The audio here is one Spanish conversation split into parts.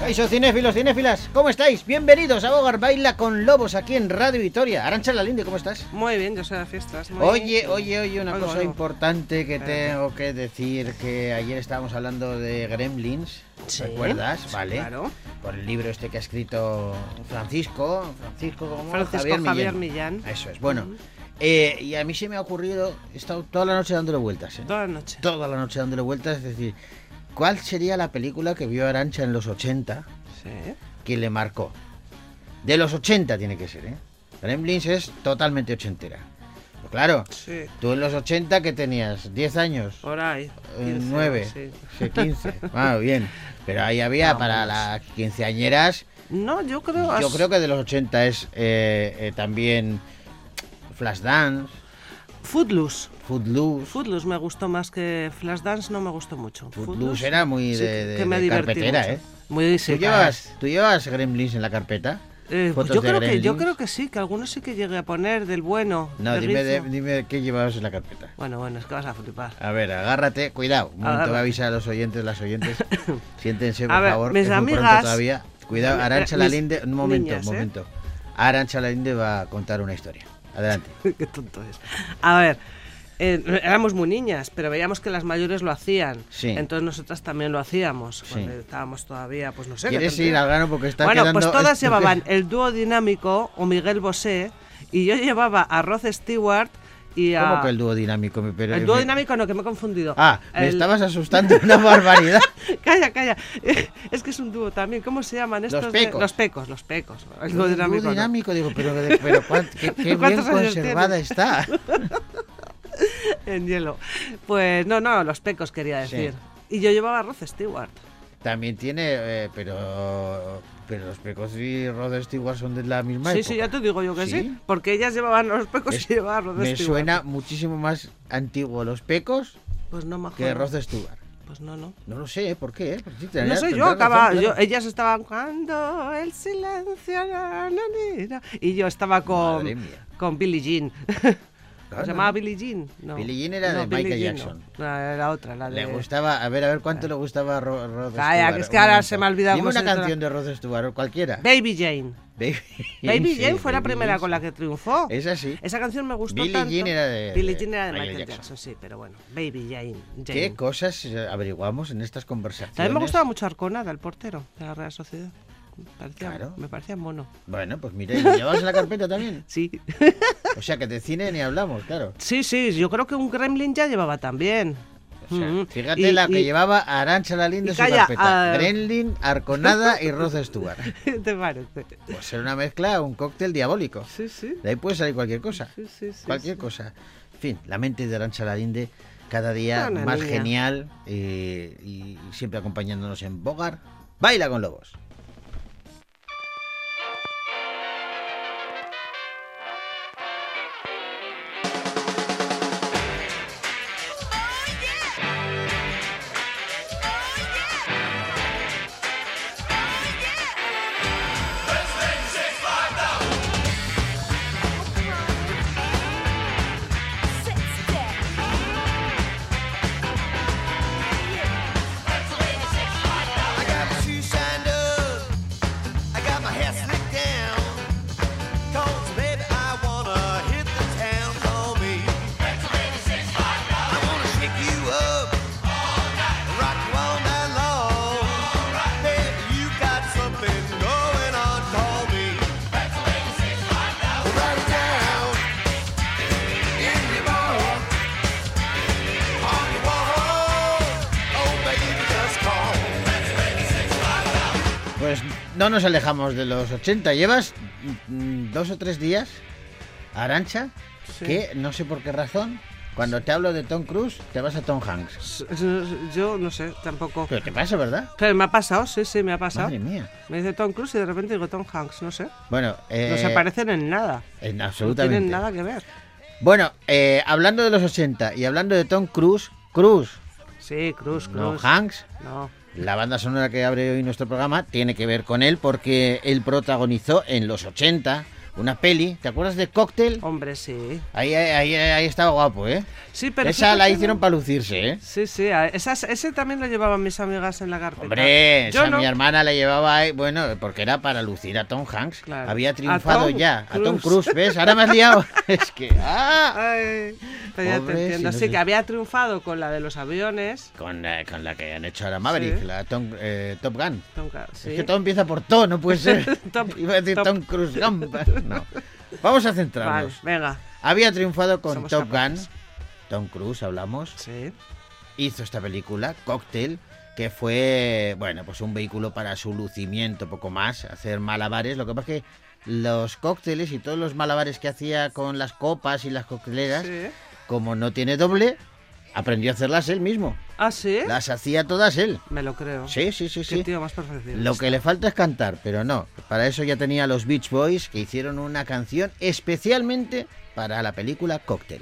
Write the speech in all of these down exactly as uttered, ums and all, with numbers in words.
Kaixo, cinéfilos, cinéfilas, ¿cómo estáis? Bienvenidos a Bogar Baila con Lobos aquí en Radio Vitoria. Arantxa Lalinde, ¿cómo estás? Muy bien, yo soy de fiestas. Muy oye, bien. oye, oye, una Oigo, cosa oigo. importante que Eh. tengo que decir, que ayer estábamos hablando de Gremlins, Sí, ¿recuerdas? sí, Vale. claro. Por el libro este que ha escrito Francisco, Francisco, ¿cómo? Francisco Javier, Javier Millán. Millán. Eso es, bueno. Ujú. Eh, y a mí se me ha ocurrido, he estado toda la noche dándole vueltas, ¿eh? Toda la noche. Toda la noche dándole vueltas, es decir, ¿cuál sería la película que vio Arantxa en los ochenta Sí. que le marcó? De los ochenta tiene que ser, ¿eh? Gremlins es totalmente ochentera. Pues claro, Sí. tú en los ochenta, ¿qué tenías? ¿diez años? Por ahí. Eh, quince, nueve, sí. sí, quince. Ah, bien. Pero ahí había Vamos. para las quinceañeras. No, yo creo. Yo as- creo que de los ochenta es eh, eh, también Flashdance, Footloose. Footloose. Footloose me gustó más que Flashdance, no me gustó mucho. Footloose era muy sí, de, de- que me de divertí carpetera, mucho. ¿eh? Muy ¿Tú sí, llevas, ¿Tú llevas Gremlins en la carpeta? eh, pues fotos yo de creo que yo Gremlins? creo que sí, que algunos sí que llegué a poner del bueno. No, del dime, de- Rizzo. dime qué llevabas en la carpeta. Bueno, bueno, es que vas a flipar. A ver, agárrate, cuidado. Un momento, Agárrate. voy a avisar a los oyentes, las oyentes. Siéntense, por A ver, favor, mis que es muy pronto amigas- todavía. Cuidado, Arantxa mis Lalinde, un momento, niñas, un ¿eh? momento. Arantxa Lalinde va a contar una historia. Adelante. Qué tonto es. A ver, eh, éramos muy niñas, pero veíamos que las mayores lo hacían. Sí. Entonces nosotras también lo hacíamos. Sí. Cuando estábamos todavía, pues no sé. ¿Quieres que tendría- ir al grano? Porque está Bueno, quedando... pues todas esto llevaban que- el dúo dinámico o Miguel Bosé y yo llevaba a Rod Stewart y a... ¿Cómo que el dúo dinámico? Me- pero- El dúo dinámico no, que me he confundido. Ah, me El- estabas asustando una barbaridad. Calla, calla. Es que es un dúo también. ¿Cómo se llaman estos? de- Pecos. Los pecos, los pecos. El El dúo dúo dinámico. no. dinámico, digo, pero, pero cuán- qué, qué bien ¿Cuántos años conservada tienes? está. En hielo. Pues no, no, los pecos quería Sí. decir. Y yo llevaba a Rod Stewart. También tiene, eh, pero pero los Pecos y Rod Stewart son de la misma Sí, época. sí, ya te digo yo que sí. ¿Sí? Porque ellas llevaban a los pecos Es- y llevaba a Rod Me Stewart. suena muchísimo más antiguo los Pecos Pues no me que acuerdo. Rod Stewart. Pues no, no. No lo sé, ¿eh? ¿Por qué? eh? Porque sí, No tendrás- sé, yo tendrás acababa, razón, yo, claro. ellas estaban cuando el silencio na, na, na, na", y yo estaba con, Madre mía. con Billie Jean. Claro, ¿Se llamaba ¿no? Billie Jean? No. Billie Jean era No, de Billie Michael Jean Jackson. No, no, era otra, la de... Le gustaba, a ver, a ver cuánto le gustaba a Ro- Rod Stewart. Calla, que es que Un ahora momento. se me ha olvidado Dime cómo una se titula. canción de Rod Stewart, cualquiera. Baby Jane. Baby, Baby sí, Jane fue la Baby primera Jane, con la sí. que triunfó. Es así. Esa canción me gustó Billie tanto. Jean era de- Billie de Jean era de Michael Michael Jackson. Jackson. sí, pero bueno. Baby Jane. Jane. ¿Qué cosas eh, averiguamos en estas conversaciones? También me gustaba mucho Arconada, el portero de la Real Sociedad. Me parecía, Claro. me parecía mono. Bueno, pues mira, ¿y lo llevabas en la carpeta también? Sí. O sea, que de cine ni hablamos, claro. Sí, sí, yo creo que un Gremlin ya llevaba también. O sea, Mm. fíjate Y- la que y- llevaba Arantxa Lalinde y en su calla, carpeta. ah, Gremlin, Arconada y Rod Stewart. ¿Te parece? Pues ser una mezcla, un cóctel diabólico. Sí, sí. De ahí puede salir cualquier cosa. Sí, sí, sí, Cualquier sí. cosa. En fin, la mente de Arantxa Lalinde cada día Una más niña. genial eh, y siempre acompañándonos en Bogar. Baila con Lobos. I got my shoes shined up. I got my hair slicked down. 'Cause baby, I wanna hit the town. Call me. I wanna shake you up. Rock you all night long. Baby, you got something going on. Call me. Right down in your bar. On your wall. Oh, baby, just call. Pues no nos alejamos de los ochenta. Llevas mm, dos o tres días, Arantxa, Sí. que no sé por qué razón, cuando te hablo de Tom Cruise, te vas a Tom Hanks. S- s- Yo no sé, tampoco. Pero te pasa, ¿verdad? Pero me ha pasado, sí, sí, me ha pasado. Madre mía. Me dice Tom Cruise y de repente digo Tom Hanks, no sé. Bueno, eh, No se parecen en nada. en No absolutamente. tienen nada que ver. Bueno, eh, hablando de los ochenta y hablando de Tom Cruise, Cruise, Sí, Cruz, no Cruz. Hanks, No. la banda sonora que abre hoy nuestro programa tiene que ver con él porque él protagonizó en los ochenta una peli. ¿Te acuerdas de Cocktail? Hombre, sí. Ahí, ahí, ahí estaba guapo, ¿eh? Sí, pero Esa la fíjate, hicieron ¿no? para lucirse, ¿eh? Sí, sí, a- esas, ese también lo llevaban mis amigas en la carpeta. Hombre, Yo esa no. mi hermana la llevaba ahí, bueno, porque era para lucir a Tom Hanks. Claro. Había A triunfado Tom ya, a Tom Cruise. Cruise, ¿ves? Ahora me has liado. Es que, ¡ah! Ay, pero ya Pobre, te entiendo. si no Sí, sé- que había triunfado con la de los aviones. Con, eh, con la que han hecho ahora Maverick, Sí. la Tom, eh, Top Gun. Tom Cruise, sí. Es que todo empieza por To, no puede ser. Top- Iba a decir top. Tom Cruise Gun. No. Vamos a Vale, centrarnos. venga. Había triunfado con Somos Top capaces. Gun. Tom Cruise, hablamos. Sí. Hizo esta película, Cocktail, que fue, bueno, pues un vehículo para su lucimiento, poco más, hacer malabares. Lo que pasa es que los cócteles y todos los malabares que hacía con las copas y las cocteleras, Sí. como no tiene doble, aprendió a hacerlas él mismo. ¿Ah, sí? Las hacía todas él. Me lo creo. Sí, sí, sí, Qué sí. tío más perfeccionista. Lo que le falta es cantar, pero no. Para eso ya tenía a los Beach Boys, que hicieron una canción especialmente para la película Cocktail.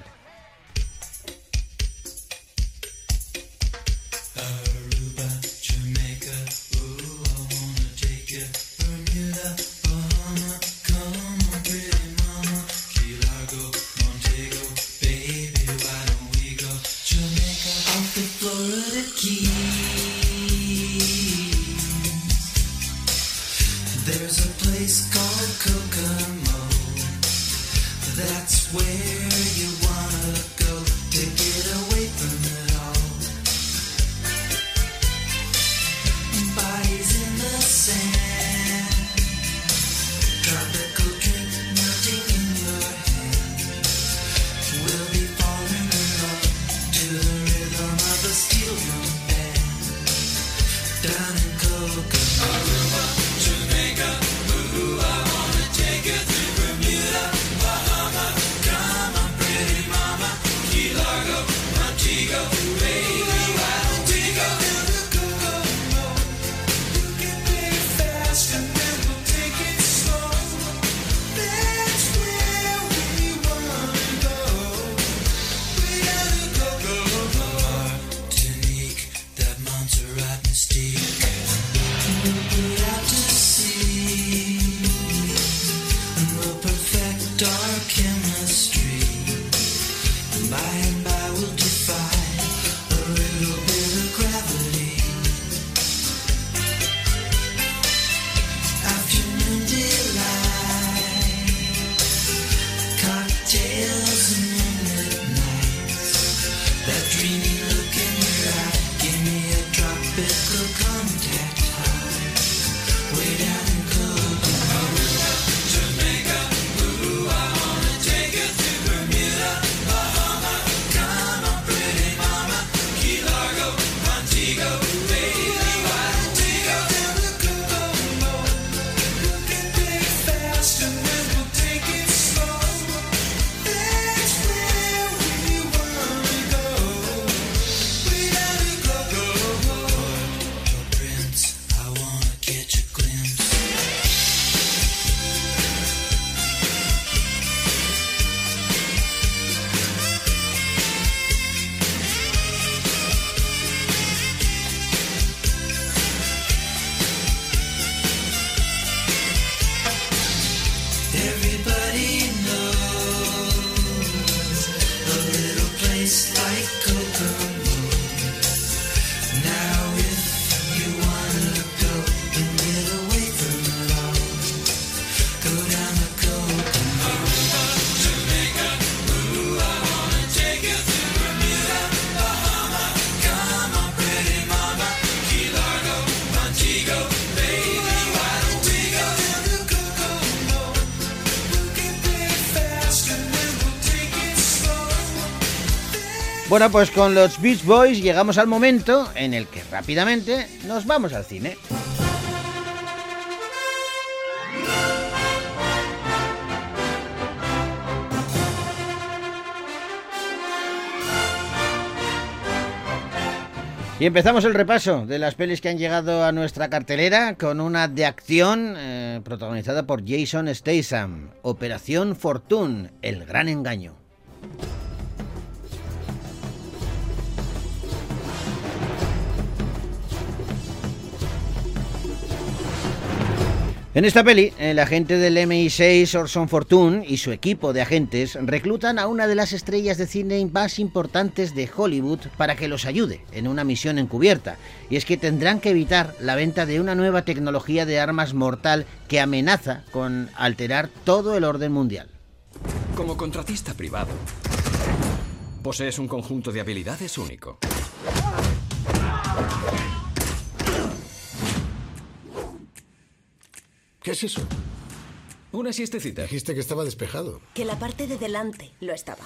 There's a place called Kokomo. That's where you wanna go to get away from it all. Bodies in the sand, tropical drink melting in your hand. We'll be falling in love to the rhythm of a steel drum band. Down in Kokomo. Our chemistry, and by and by we'll defy a little bit of gravity. Afternoon delight, cocktails and moonlit nights. That dreamy look in your eye, give me a tropical contact high. Way down in Kokomo. Everybody knows a little place like Kokomo. Now if you wanna go and get away from it all, go down to Kokomo. Jamaica, ooh, I wanna take you to Bermuda, Bahama. Come on, pretty mama, Key Largo, Montego, baby, why don't we go down to Kokomo? Bueno, pues con los Beach Boys llegamos al momento en el que rápidamente nos vamos al cine. Y empezamos el repaso de las pelis que han llegado a nuestra cartelera con una de acción eh, protagonizada por Jason Statham, Operación Fortune, el gran engaño. En esta peli, el agente del eme i seis, Orson Fortune, y su equipo de agentes reclutan a una de las estrellas de cine más importantes de Hollywood para que los ayude en una misión encubierta. Y es que tendrán que evitar la venta de una nueva tecnología de armas mortal que amenaza con alterar todo el orden mundial. Como contratista privado, posees un conjunto de habilidades único. ¿Qué es eso? Una siestecita. Dijiste que estaba despejado. Que la parte de delante lo estaba.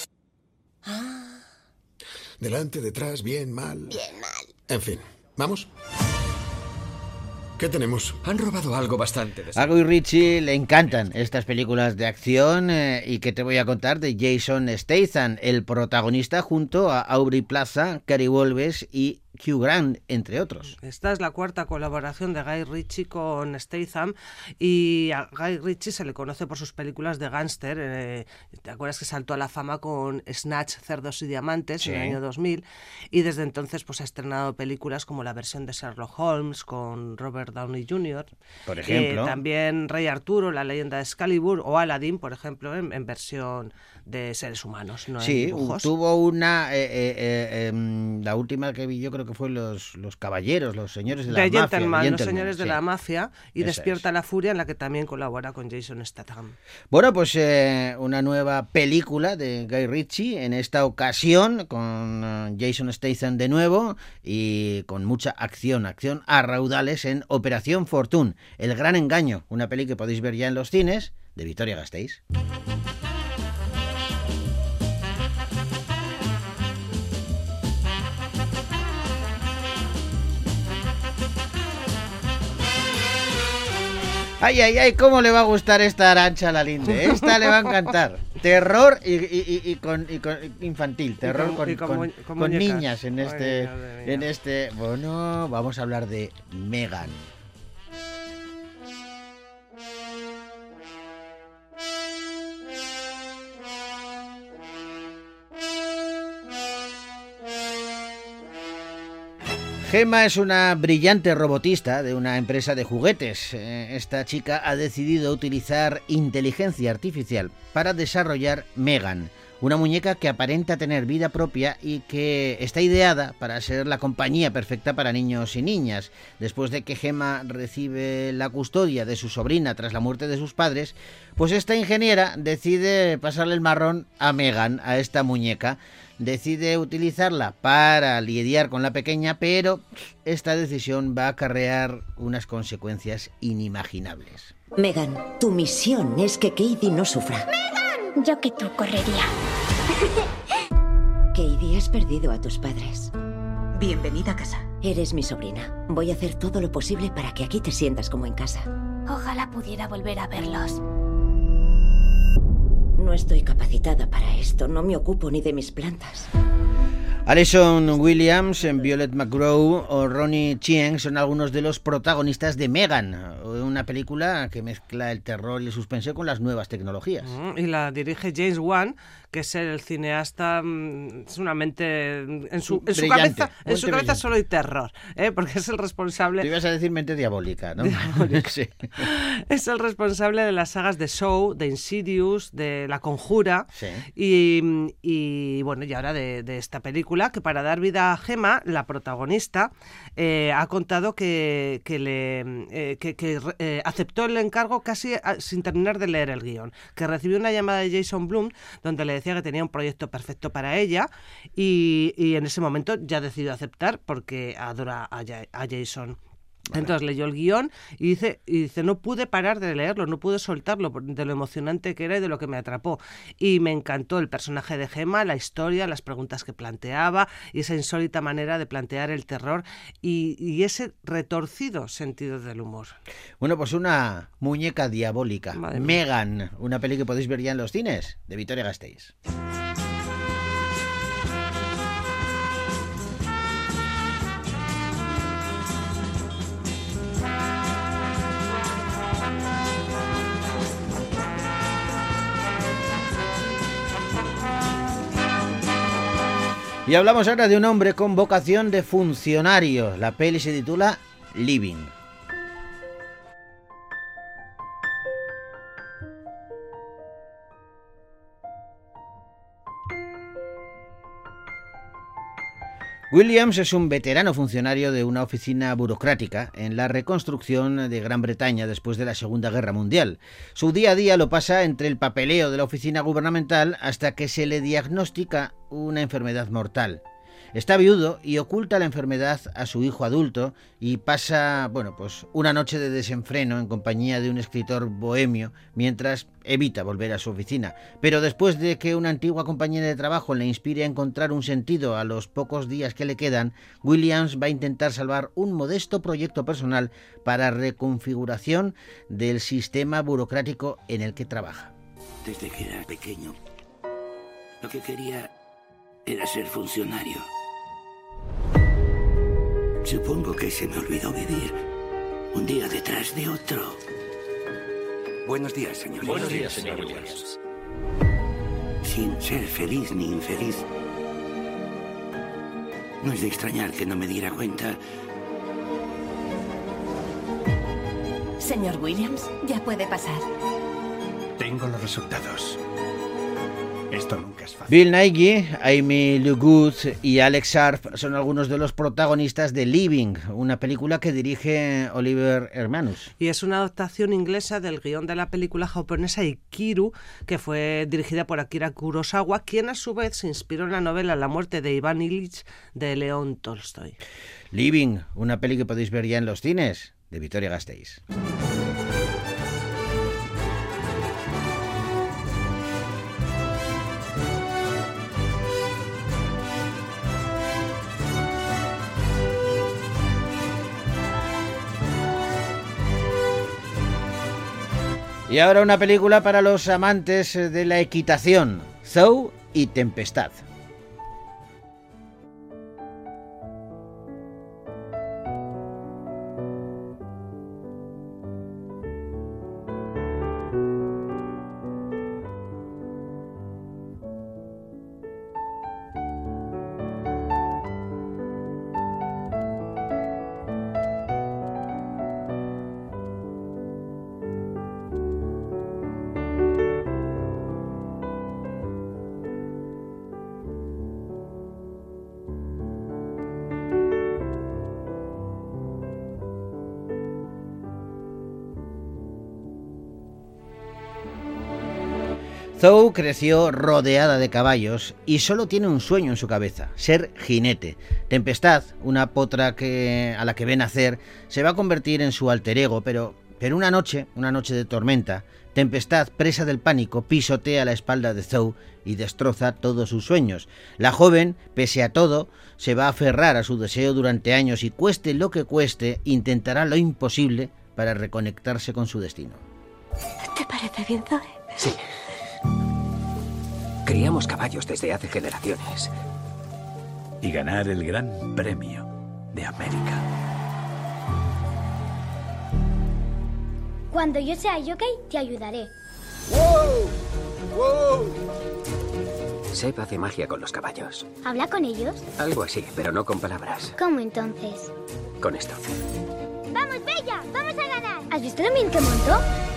Delante, detrás, bien, mal. Bien mal. En fin, ¿vamos? ¿Qué tenemos? Han robado algo bastante A Guy Ritchie le encantan estas películas de acción eh, y que te voy a contar de Jason Statham, el protagonista, junto a Aubrey Plaza, Cary Wolves y Hugh Grant, entre otros. Esta es la cuarta colaboración de Guy Ritchie con Statham, y a Guy Ritchie se le conoce por sus películas de gángster. Eh, ¿Te acuerdas que saltó a la fama con Snatch, Cerdos y Diamantes, Sí. en el año dos mil? Y desde entonces pues ha estrenado películas como la versión de Sherlock Holmes con Robert Downey junior Por ejemplo. Eh, también Rey Arturo, la leyenda de Excalibur, o Aladdin, por ejemplo, en, en versión de seres humanos, no en Sí, dibujos. tuvo una, eh, eh, eh, em, la última que vi yo creo que fue Los, los Caballeros, los Señores de la de Mafia. Gentleman, de los Gentleman, señores de sí. la mafia, y Esa Despierta es. la Furia, en la que también colabora con Jason Statham. Bueno, pues eh, una nueva película de Guy Ritchie, en esta ocasión con eh, Jason Statham de nuevo y con mucha acción, acción a raudales en Operación Fortune, El Gran Engaño, una peli que podéis ver ya en los cines de Vitoria Gasteiz. Ay, ay, ay, cómo le va a gustar esta Arantxa Lalinde. Esta le va a encantar. Terror y, y- y- y con, y con infantil, terror con- con, y con con- mu- con con muñecas. niñas en Ay, este, madre mía. en este. Bueno, vamos a hablar de Megan. Gemma es una brillante robotista de una empresa de juguetes. Eh, Esta chica ha decidido utilizar inteligencia artificial para desarrollar Megan, una muñeca que aparenta tener vida propia y que está ideada para ser la compañía perfecta para niños y niñas. Después de que Gemma recibe la custodia de su sobrina tras la muerte de sus padres, pues esta ingeniera decide pasarle el marrón a Megan, a esta muñeca. Decide utilizarla para lidiar con la pequeña, pero esta decisión va a acarrear unas consecuencias inimaginables. Megan, tu misión es que Katie no sufra. Yo que tú correría. Katie, has perdido a tus padres. Bienvenida a casa. Eres mi sobrina. Voy a hacer todo lo posible para que aquí te sientas como en casa. Ojalá pudiera volver a verlos. No estoy capacitada para esto. No me ocupo ni de mis plantas. Alison Williams, Violet McGraw o Ronnie Chieng son algunos de los protagonistas de Megan, una película que mezcla el terror y el suspense con las nuevas tecnologías. Mm, Y la dirige James Wan, que es el cineasta, mm, es una mente, en su, en su Brillante, cabeza, en mente su cabeza brillante. solo hay terror, ¿eh? Porque es el responsable. Te ibas a decir mente diabólica, ¿no? Sí. Es el responsable de las sagas de Saw, de Insidious, de La Conjura, Sí. y, y, bueno, y ahora de, de esta película, que para dar vida a Gemma, la protagonista, eh, ha contado que, que, le, eh, que, que, eh, aceptó el encargo casi a- sin terminar de leer el guión, que recibió una llamada de Jason Blum donde le decía que tenía un proyecto perfecto para ella, y, y en ese momento ya decidió aceptar porque adora a, Ja- a Jason. Entonces leyó el guión y dice, y dice, no pude parar de leerlo, no pude soltarlo por- de lo emocionante que era y de lo que me atrapó. Y me encantó el personaje de Gemma, la historia, las preguntas que planteaba y esa insólita manera de plantear el terror y, y ese retorcido sentido del humor. Bueno, pues una muñeca diabólica, Madre mía. Megan, una peli que podéis ver ya en los cines de Vitoria Gasteiz. Y hablamos ahora de un hombre con vocación de funcionario. La peli se titula Living. Williams es un veterano funcionario de una oficina burocrática en la reconstrucción de Gran Bretaña después de la Segunda Guerra Mundial. Su día a día lo pasa entre el papeleo de la oficina gubernamental hasta que se le diagnostica una enfermedad mortal. Está viudo y oculta la enfermedad a su hijo adulto y pasa, bueno, pues una noche de desenfreno en compañía de un escritor bohemio mientras evita volver a su oficina. Pero después de que una antigua compañera de trabajo le inspire a encontrar un sentido a los pocos días que le quedan, Williams va a intentar salvar un modesto proyecto personal para reconfiguración del sistema burocrático en el que trabaja. Desde que era pequeño, lo que quería era ser funcionario. Supongo que se me olvidó vivir un día detrás de otro. Buenos días, señor. Buenos días, señor Williams. Sin ser feliz ni infeliz. No es de extrañar que no me diera cuenta. Señor Williams, ya puede pasar. Tengo los resultados. Esto nunca es fácil. Bill Nighy, Amy Lou Good y Alex Sharp son algunos de los protagonistas de Living, una película que dirige Oliver Hermanus. Y es una adaptación inglesa del guión de la película japonesa Ikiru, que fue dirigida por Akira Kurosawa, quien a su vez se inspiró en la novela La muerte de Iván Ilich de León Tolstoy. Living, una peli que podéis ver ya en los cines, de Vitoria-Gasteiz. Y ahora una película para los amantes de la equitación, Zoo y Tempestad. Zoo creció rodeada de caballos y solo tiene un sueño en su cabeza, ser jinete. Tempestad, una potra que, a la que ve nacer, se va a convertir en su alter ego, pero, pero una noche, una noche de tormenta, Tempestad, presa del pánico, pisotea la espalda de Zoo y destroza todos sus sueños. La joven, pese a todo, se va a aferrar a su deseo durante años y cueste lo que cueste, intentará lo imposible para reconectarse con su destino. ¿Te parece bien, Zoe? Sí. Criamos caballos desde hace generaciones. Y ganar el Gran Premio de América. Cuando yo sea jockey, te ayudaré. ¡Wow! ¡Wow! Seb hace magia con los caballos. ¿Habla con ellos? Algo así, pero no con palabras. ¿Cómo entonces? Con esto. ¡Vamos, Bella! ¡Vamos a ganar! ¿Has visto lo bien que montó?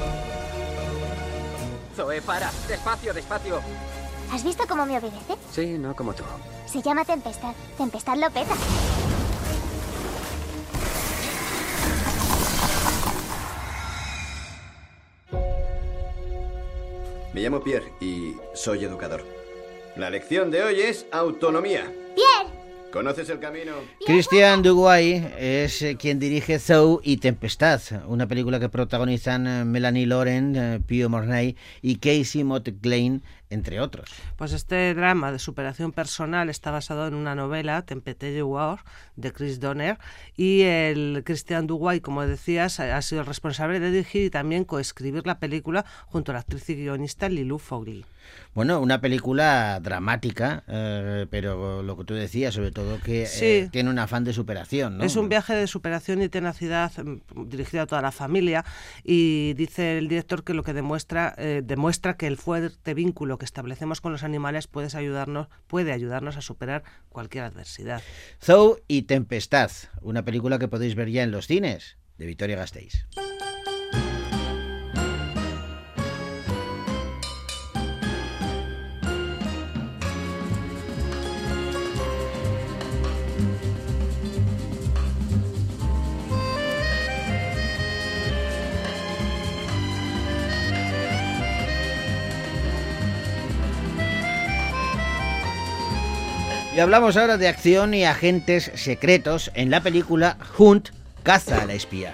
Zoe, para. Despacio, despacio. ¿Has visto cómo me obedece? Sí, no como tú. Se llama Tempestad. Tempestad lo peta. Me llamo Pierre y soy educador. La lección de hoy es autonomía. ¡Pierre! ¿Conoces el camino? Christian Duguay es quien dirige Zoo y Tempestad, una película que protagonizan Melanie Laurent, Pio Mornay y Casey Motte-Glane, entre otros. Pues este drama de superación personal está basado en una novela, Tempête de War, de Chris Donner, y el Christian Duguay, como decías, ha sido el responsable de dirigir y también coescribir la película junto a la actriz y guionista Lilou Fogli. Bueno, una película dramática, eh, pero lo que tú decías, sobre todo que Sí. eh, tiene un afán de superación, ¿no? Es un viaje de superación y tenacidad mm, dirigido a toda la familia, y dice el director que lo que demuestra eh, demuestra que el fuerte vínculo que establecemos con los animales puede ayudarnos, puede ayudarnos a superar cualquier adversidad. Zoo y Tempestad, una película que podéis ver ya en los cines, de Vitoria-Gasteiz. Y hablamos ahora de acción y agentes secretos en la película Hunt, caza a la espía.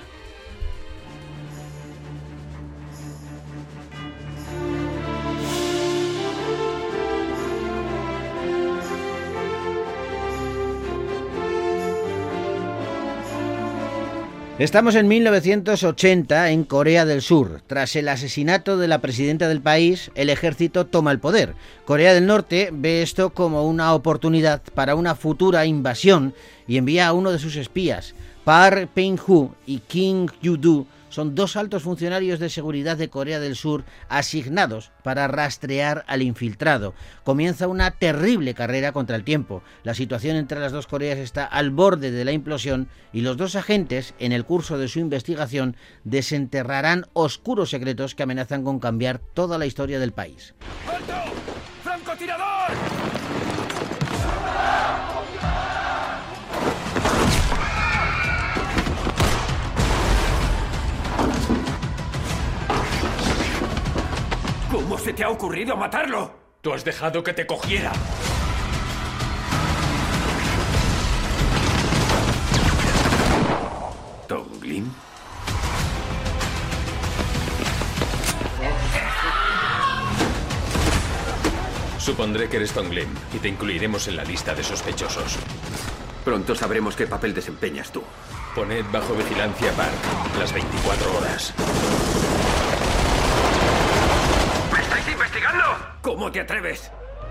Estamos en mil novecientos ochenta en Corea del Sur. Tras el asesinato de la presidenta del país, el ejército toma el poder. Corea del Norte ve esto como una oportunidad para una futura invasión y envía a uno de sus espías. Park Peng-hu y Kim Yu-do son dos altos funcionarios de seguridad de Corea del Sur asignados para rastrear al infiltrado. Comienza una terrible carrera contra el tiempo. La situación entre las dos Coreas está al borde de la implosión y los dos agentes, en el curso de su investigación, desenterrarán oscuros secretos que amenazan con cambiar toda la historia del país. ¡Alto! ¡Francotirador! ¿Cómo se te ha ocurrido matarlo? Tú has dejado que te cogiera. ¿Tonglim? Supondré que eres Tonglim y te incluiremos en la lista de sospechosos. Pronto sabremos qué papel desempeñas tú. Poned bajo vigilancia a Park las veinticuatro horas. ¿Me estáis investigando? ¿Cómo te atreves?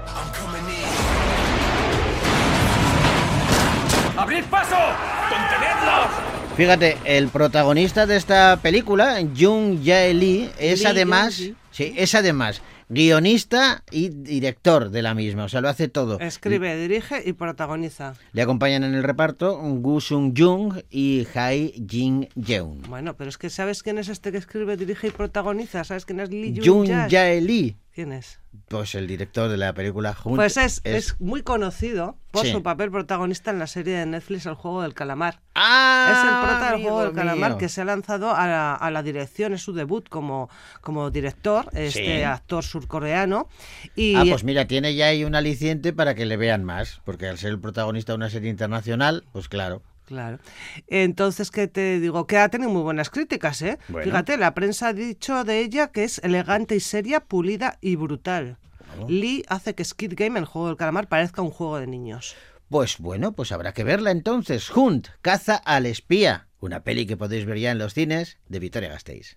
¡Abrid paso! ¡Contenedlos! Fíjate, el protagonista de esta película, Jung Jae-lee, es Lee además, Jung-gi. sí, es además guionista y director de la misma, o sea, lo hace todo. Escribe, dirige y protagoniza. Le acompañan en el reparto Gu Sung-jung y Hae Jin-yeon. Bueno, pero es que ¿sabes quién es este que escribe, dirige y protagoniza? ¿Sabes quién es Lee Jung Jung-jae? Jae-lee. ¿Quién es? Pues el director de la película Hunt. Pues es, es muy conocido por Sí. su papel protagonista en la serie de Netflix El Juego del Calamar. ¡Ah! Es el prota del amigo Juego del Calamar mío. que se ha lanzado a la, a la dirección, es su debut como, como director, este Sí. actor surcoreano. Y Ah, pues mira, tiene ya ahí un aliciente para que le vean más, porque al ser el protagonista de una serie internacional, pues claro. Claro. Entonces, ¿qué te digo? Que ha tenido muy buenas críticas, ¿eh? Bueno. Fíjate, la prensa ha dicho de ella que es elegante y seria, pulida y brutal. Oh. Lee hace que Squid Game, el juego del calamar, parezca un juego de niños. Pues bueno, pues habrá que verla entonces. Hunt, caza al espía. Una peli que podéis ver ya en los cines de Vitoria-Gasteiz.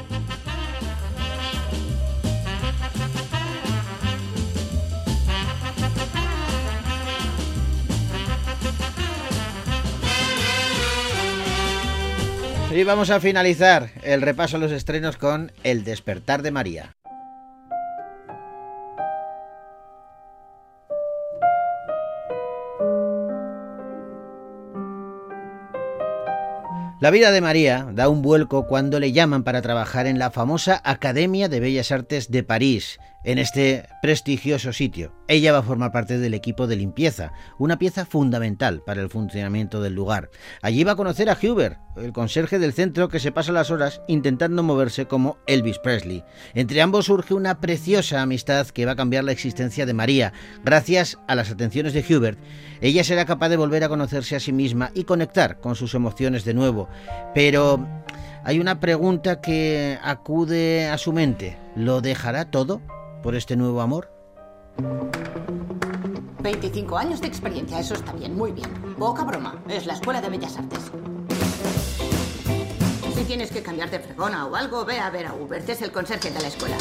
Y vamos a finalizar el repaso a los estrenos con El despertar de María. La vida de María da un vuelco cuando le llaman para trabajar en la famosa Academia de Bellas Artes de París, en este prestigioso sitio. Ella va a formar parte del equipo de limpieza, una pieza fundamental para el funcionamiento del lugar. Allí va a conocer a Hubert, el conserje del centro que se pasa las horas intentando moverse como Elvis Presley. Entre ambos surge una preciosa amistad que va a cambiar la existencia de María. Gracias a las atenciones de Hubert, ella será capaz de volver a conocerse a sí misma y conectar con sus emociones de nuevo. Pero hay una pregunta que acude a su mente. ¿Lo dejará todo por este nuevo amor? veinticinco años de experiencia, eso está bien, muy bien. Poca broma, es la Escuela de Bellas Artes. Si tienes que cambiar de fregona o algo, ve a ver a Hubert, es el conserje de la escuela.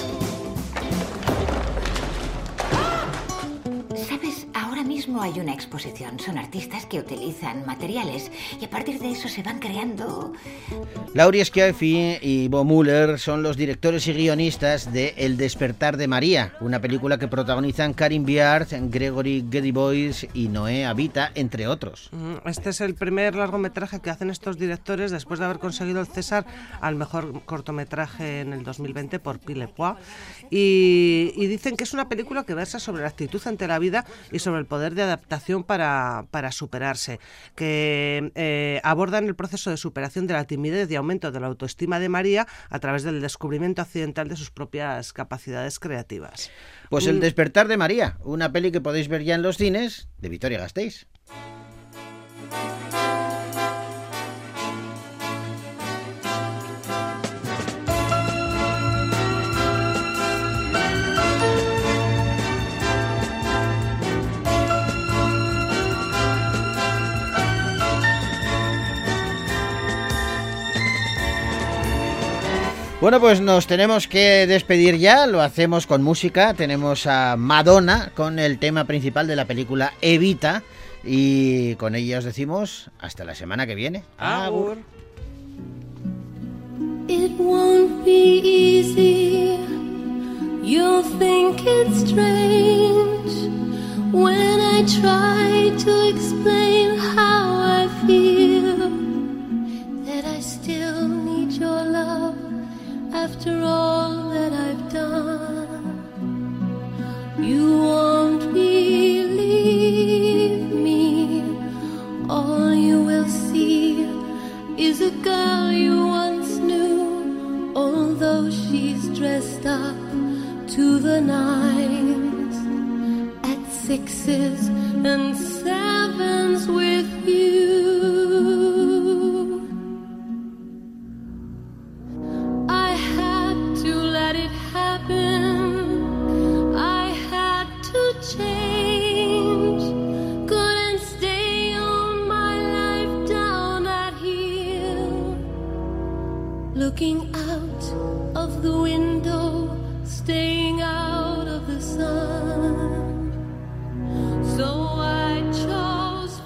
¿Sabes? Ahora mismo hay una exposición. Son artistas que utilizan materiales y a partir de eso se van creando... Laurie Schiaffi y Bo Muller son los directores y guionistas de El despertar de María, una película que protagonizan Karin Biard, Gregory Gedibois y Noé Abita, entre otros. Este es el primer largometraje que hacen estos directores después de haber conseguido el César al mejor cortometraje en el dos mil veinte por Pile Poix. Y, y dicen que es una película que versa sobre la actitud ante la vida y sobre el poder poder de adaptación para, para superarse, que eh, abordan el proceso de superación de la timidez y aumento de la autoestima de María a través del descubrimiento accidental de sus propias capacidades creativas. Pues El despertar de María, una peli que podéis ver ya en los cines de Vitoria-Gasteiz. Bueno, pues nos tenemos que despedir ya, lo hacemos con música, tenemos a Madonna con el tema principal de la película Evita y con ella os decimos hasta la semana que viene. Agur. It won't be easy, you'll think it's strange when I try to explain how I feel, that I still need your love. After all that I've done, you won't believe me. All you will see is a girl you once knew, although she's dressed up to the nines, at sixes and sevens with you. Looking out of the window, staying out of the sun. So I chose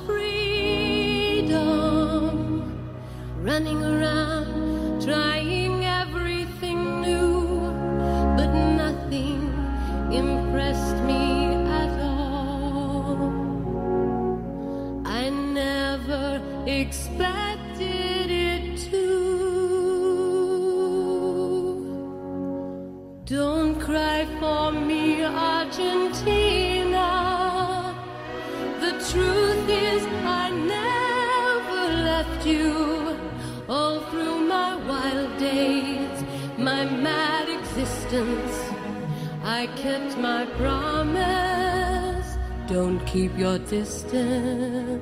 freedom, running around, trying everything new, but nothing impressed me at all. I never expected it to. Don't cry for me, Argentina. The truth is I never left you. All through my wild days, my mad existence, I kept my promise. Don't keep your distance.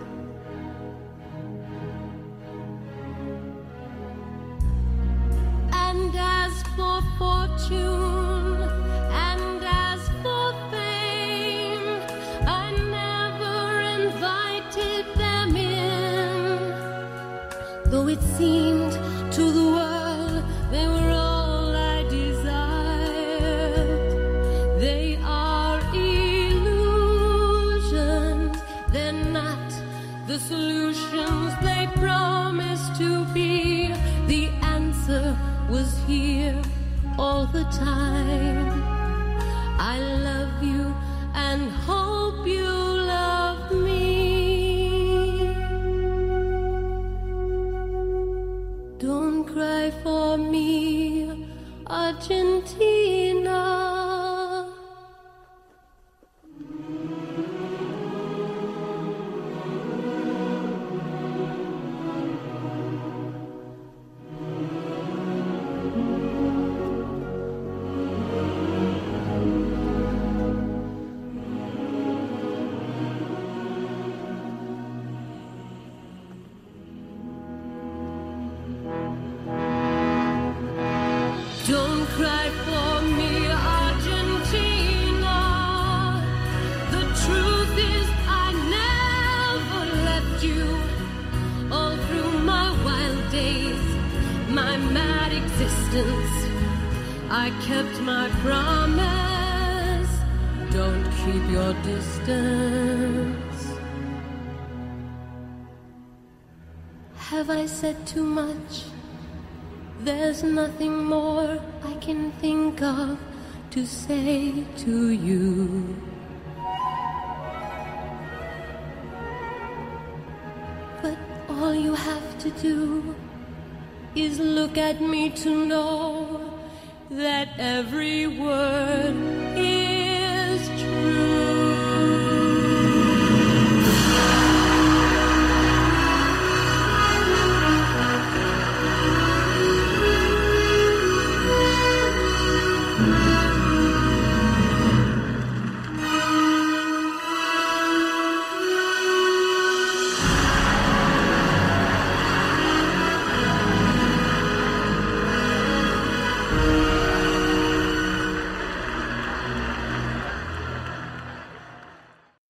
And as for fortune, and as for fame, I never invited them in. Though it seemed to the world they were all I desired. They are illusions, they're not the solutions they promised to be. The answer was here all the time. I love you and hope you love me. Don't cry for me, Argentina. Don't cry for me, Argentina. The truth is I never left you. All through my wild days, my mad existence, I kept my promise. Don't keep your distance. Have I said too much? There's nothing more I can think of to say to you. But all you have to do is look at me to know that every word is true. Thank you.